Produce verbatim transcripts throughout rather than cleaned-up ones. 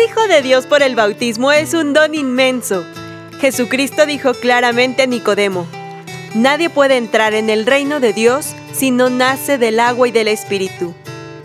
hijo de Dios por el bautismo es un don inmenso. Jesucristo dijo claramente a Nicodemo: nadie puede entrar en el reino de Dios si no nace del agua y del Espíritu.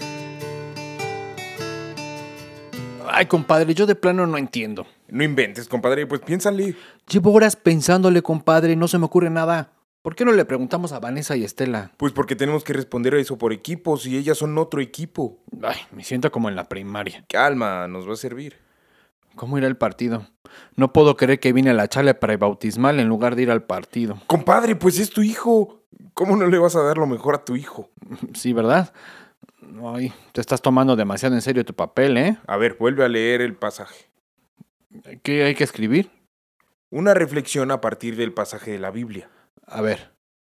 Ay, compadre, yo de plano no entiendo. No inventes, compadre, pues piénsale. Llevo horas pensándole, compadre, no se me ocurre nada. ¿Por qué no le preguntamos a Vanessa y Estela? Pues porque tenemos que responder a eso por equipos y ellas son otro equipo. Ay, me siento como en la primaria. Calma, nos va a servir. ¿Cómo irá el partido? No puedo creer que vine a la charla prebautismal en lugar de ir al partido. Compadre, pues es tu hijo. ¿Cómo no le vas a dar lo mejor a tu hijo? Sí, ¿verdad? Ay, te estás tomando demasiado en serio tu papel, ¿eh? A ver, vuelve a leer el pasaje. ¿Qué hay que escribir? Una reflexión a partir del pasaje de la Biblia. A ver.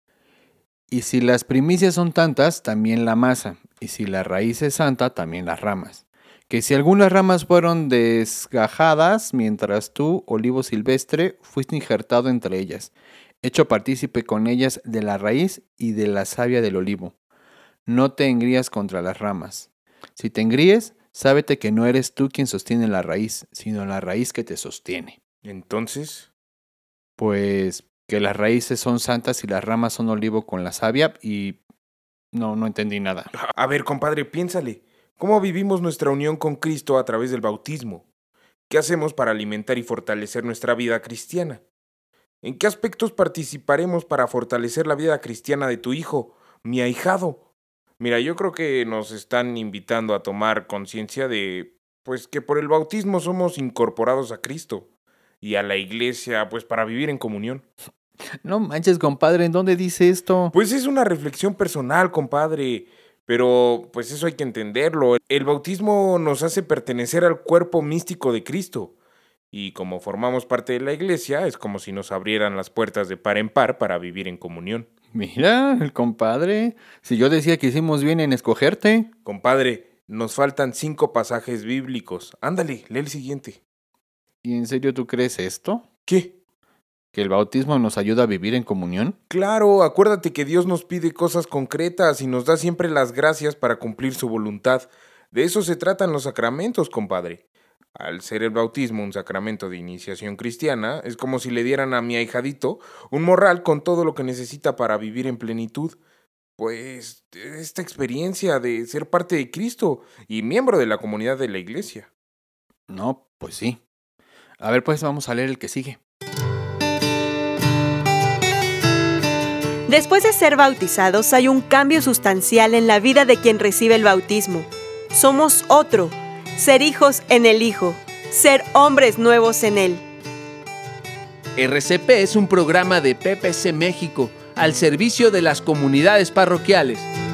Y si las primicias son tantas, también la masa. Y si la raíz es santa, también las ramas. Que si algunas ramas fueron desgajadas, mientras tú, olivo silvestre, fuiste injertado entre ellas, hecho partícipe con ellas de la raíz y de la savia del olivo. No te engrías contra las ramas. Si te engríes, sábete que no eres tú quien sostiene la raíz, sino la raíz que te sostiene. Entonces, Pues que las raíces son santas y las ramas son olivo con la savia y... No, no entendí nada. a ver, compadre, piénsale. ¿Cómo vivimos nuestra unión con Cristo a través del bautismo? ¿Qué hacemos para alimentar y fortalecer nuestra vida cristiana? ¿En qué aspectos participaremos para fortalecer la vida cristiana de tu hijo, mi ahijado? Mira, yo creo que nos están invitando a tomar conciencia de, pues, que por el bautismo somos incorporados a Cristo y a la iglesia, pues, para vivir en comunión. No manches, compadre, ¿en dónde dice esto? Pues es una reflexión personal, compadre, pero pues eso hay que entenderlo. El bautismo nos hace pertenecer al cuerpo místico de Cristo. Y como formamos parte de la iglesia, es como si nos abrieran las puertas de par en par para vivir en comunión. Mira, el compadre, si yo decía que hicimos bien en escogerte. Compadre, nos faltan cinco pasajes bíblicos. Ándale, lee el siguiente. ¿Y en serio tú crees esto? ¿Qué? ¿Que el bautismo nos ayuda a vivir en comunión? Claro, acuérdate que Dios nos pide cosas concretas y nos da siempre las gracias para cumplir su voluntad. De eso se tratan los sacramentos, compadre. Al ser el bautismo un sacramento de iniciación cristiana, es como si le dieran a mi ahijadito un morral con todo lo que necesita para vivir en plenitud. Pues esta experiencia de ser parte de Cristo y miembro de la comunidad de la iglesia. No, pues sí. A ver, pues vamos a leer el que sigue. Después de ser bautizados, hay un cambio sustancial en la vida de quien recibe el bautismo. Somos otro, ser hijos en el Hijo, ser hombres nuevos en Él. R C P es un programa de P P C México al servicio de las comunidades parroquiales.